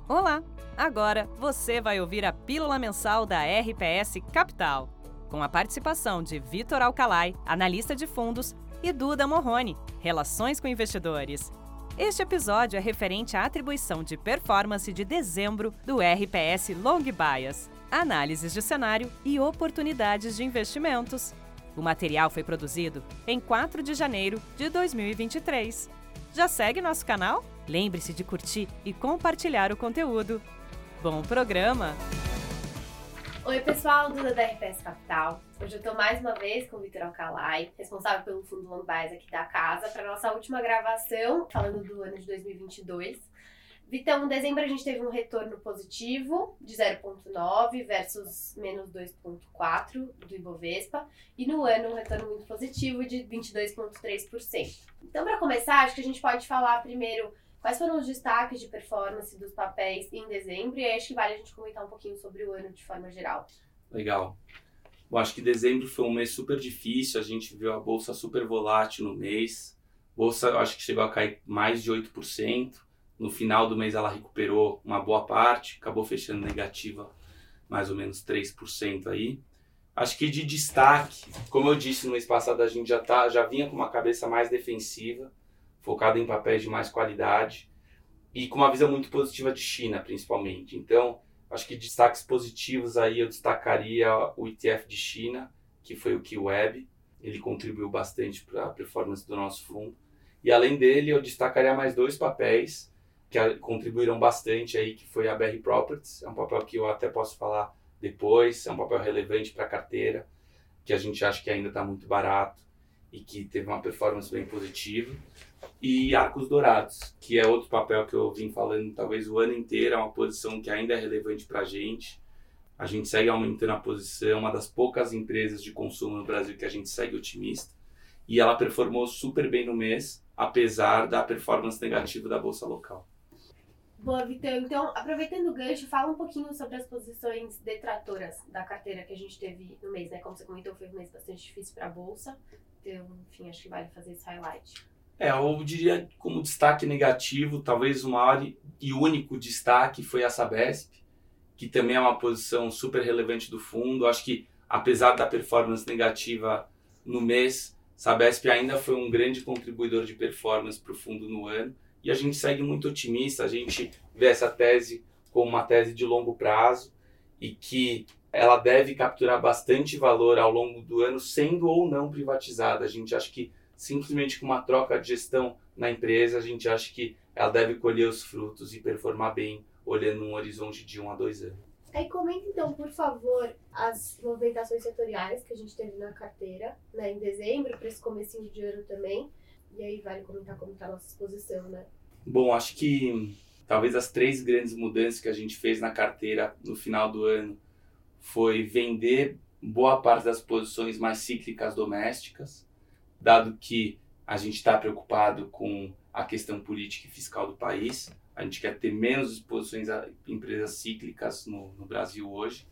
Olá! Agora você vai ouvir a Pílula Mensal da RPS Capital, com a participação de Vitor Alcalay, analista de fundos, e Duda Morrone, Relações com Investidores. Este episódio é referente à atribuição de performance de dezembro do RPS Long Bias, análises de cenário e oportunidades de investimentos. O material foi produzido em 4 de janeiro de 2023. Já segue nosso canal? Lembre-se de curtir e compartilhar o conteúdo. Bom programa! Oi pessoal, Duda da RPS Capital. Hoje eu estou mais uma vez com o Vitor Alcalay, responsável pelo fundo Long Bias aqui da casa, para nossa última gravação, falando do ano de 2022. Vitão, em dezembro a gente teve um retorno positivo de 0,9 versus menos 2,4 do Ibovespa, e no ano um retorno muito positivo de 22,3%. Então, para começar, acho que a gente pode falar primeiro quais foram os destaques de performance dos papéis em dezembro, e aí acho que vale a gente comentar um pouquinho sobre o ano de forma geral. Legal. Bom, acho que dezembro foi um mês super difícil, a gente viu a bolsa super volátil no mês. A bolsa, acho que chegou a cair mais de 8%. No final do mês ela recuperou uma boa parte, acabou fechando negativa mais ou menos 3% aí. Acho que de destaque, como eu disse no mês passado, a gente já vinha com uma cabeça mais defensiva, focada em papéis de mais qualidade e com uma visão muito positiva de China, principalmente. Então, acho que destaques positivos aí eu destacaria o ETF de China, que foi o KeyWeb. Ele contribuiu bastante para a performance do nosso fundo. E além dele, eu destacaria mais 2 papéis que contribuíram bastante aí, que foi a BR Properties. É um papel que eu até posso falar depois, é um papel relevante para a carteira, que a gente acha que ainda está muito barato e que teve uma performance bem positiva. E Arcos Dourados, que é outro papel que eu vim falando talvez o ano inteiro, é uma posição que ainda é relevante para a gente. A gente segue aumentando a posição, uma das poucas empresas de consumo no Brasil que a gente segue otimista. E ela performou super bem no mês, apesar da performance negativa da bolsa local. Boa, Vitão. Então, aproveitando o gancho, fala um pouquinho sobre as posições detratoras da carteira que a gente teve no mês, né? Como você comentou, foi um mês bastante difícil para a bolsa. Então, enfim, acho que vale fazer esse highlight. Eu diria como destaque negativo, talvez o maior e único destaque foi a Sabesp, que também é uma posição super relevante do fundo. Acho que, apesar da performance negativa no mês, Sabesp ainda foi um grande contribuidor de performance para o fundo no ano. E a gente segue muito otimista, a gente vê essa tese como uma tese de longo prazo e que ela deve capturar bastante valor ao longo do ano, sendo ou não privatizada. A gente acha que simplesmente com uma troca de gestão na empresa, a gente acha que ela deve colher os frutos e performar bem, olhando um horizonte de 1 a 2 anos. Aí comenta então, por favor, as movimentações setoriais que a gente teve na carteira, né, em dezembro, para esse comecinho de ano também. E aí vale comentar como está a nossa exposição, né? Bom, acho que talvez as 3 grandes mudanças que a gente fez na carteira no final do ano foi vender boa parte das posições mais cíclicas domésticas, dado que a gente está preocupado com a questão política e fiscal do país. A gente quer ter menos exposições a empresas cíclicas no Brasil hoje.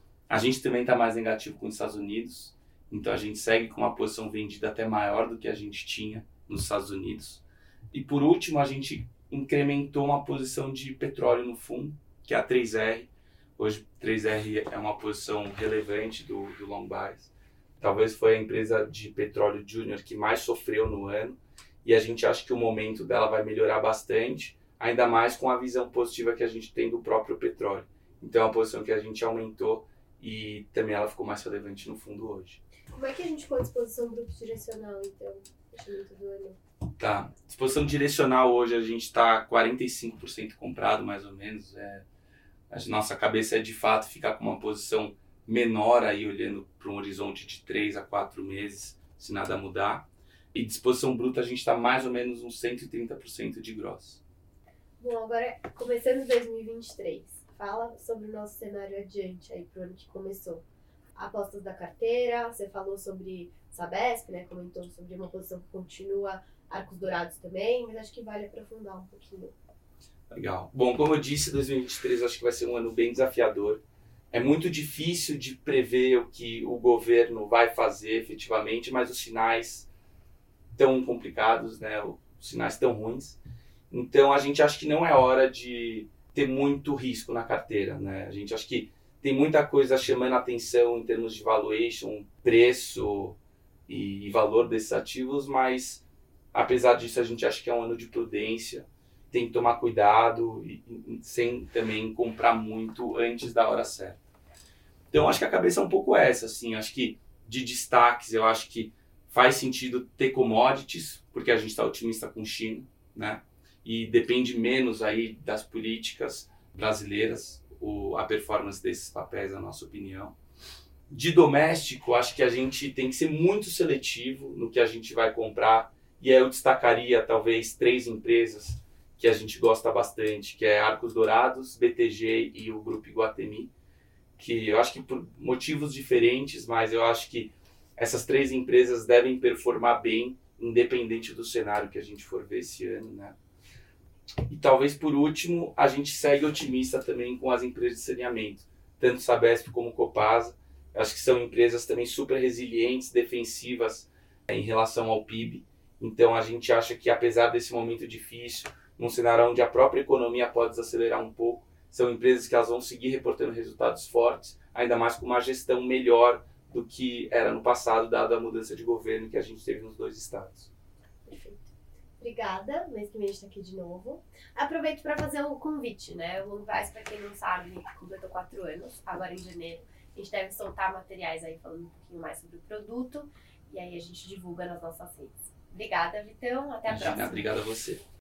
A gente também está mais negativo com os Estados Unidos, então a gente segue com uma posição vendida até maior do que a gente tinha nos Estados Unidos. E por último, a gente incrementou uma posição de petróleo no fundo, que é a 3R. Hoje, 3R é uma posição relevante do Long Bias. Talvez foi a empresa de petróleo júnior que mais sofreu no ano. E a gente acha que o momento dela vai melhorar bastante, ainda mais com a visão positiva que a gente tem do próprio petróleo. Então é uma posição que a gente aumentou e também ela ficou mais relevante no fundo hoje. Como é que a gente põe a exposição grupo direcional, então, fechamento do ano? Tá. Disposição direcional hoje a gente está 45% comprado, mais ou menos. A nossa cabeça é de fato ficar com uma posição menor aí, olhando para um horizonte de 3 a 4 meses, se nada mudar. E disposição bruta a gente está mais ou menos uns 130% de gross. Bom, agora começando 2023, fala sobre o nosso cenário adiante aí pro ano que começou. Apostas da carteira, você falou sobre Sabesp, né? Comentou sobre uma posição que continua, Arcos Dourados também, mas acho que vale aprofundar um pouquinho. Legal. Bom, como eu disse, 2023 acho que vai ser um ano bem desafiador. É muito difícil de prever o que o governo vai fazer efetivamente, mas os sinais tão complicados, né? Os sinais tão ruins. Então a gente acha que não é hora de ter muito risco na carteira, né? A gente acha que tem muita coisa chamando a atenção em termos de valuation, preço e valor desses ativos, mas apesar disso a gente acha que é um ano de prudência, tem que tomar cuidado e sem também comprar muito antes da hora certa. Então acho que a cabeça é um pouco essa, assim, acho que de destaques eu acho que faz sentido ter commodities, porque a gente está otimista com China, né? E depende menos aí das políticas brasileiras, a performance desses papéis, na nossa opinião. De doméstico, acho que a gente tem que ser muito seletivo no que a gente vai comprar, e aí eu destacaria talvez 3 empresas que a gente gosta bastante, que é Arcos Dourados, BTG e o Grupo Iguatemi, que eu acho que por motivos diferentes, mas eu acho que essas 3 empresas devem performar bem, independente do cenário que a gente for ver esse ano, né? E talvez por último, a gente segue otimista também com as empresas de saneamento, tanto Sabesp como Copasa. Acho que são empresas também super resilientes, defensivas em relação ao PIB. Então a gente acha que apesar desse momento difícil, num cenário onde a própria economia pode desacelerar um pouco, são empresas que elas vão seguir reportando resultados fortes, ainda mais com uma gestão melhor do que era no passado, dada a mudança de governo que a gente teve nos 2 estados. Perfeito. Obrigada, mês que vem a gente está aqui de novo. Aproveito para fazer o convite, né? O Lundvais, para quem não sabe, completou 4 anos, agora em janeiro. A gente deve soltar materiais aí falando um pouquinho mais sobre o produto, e aí a gente divulga nas nossas redes. Obrigada, Vitão. Até a próxima. Obrigado a você.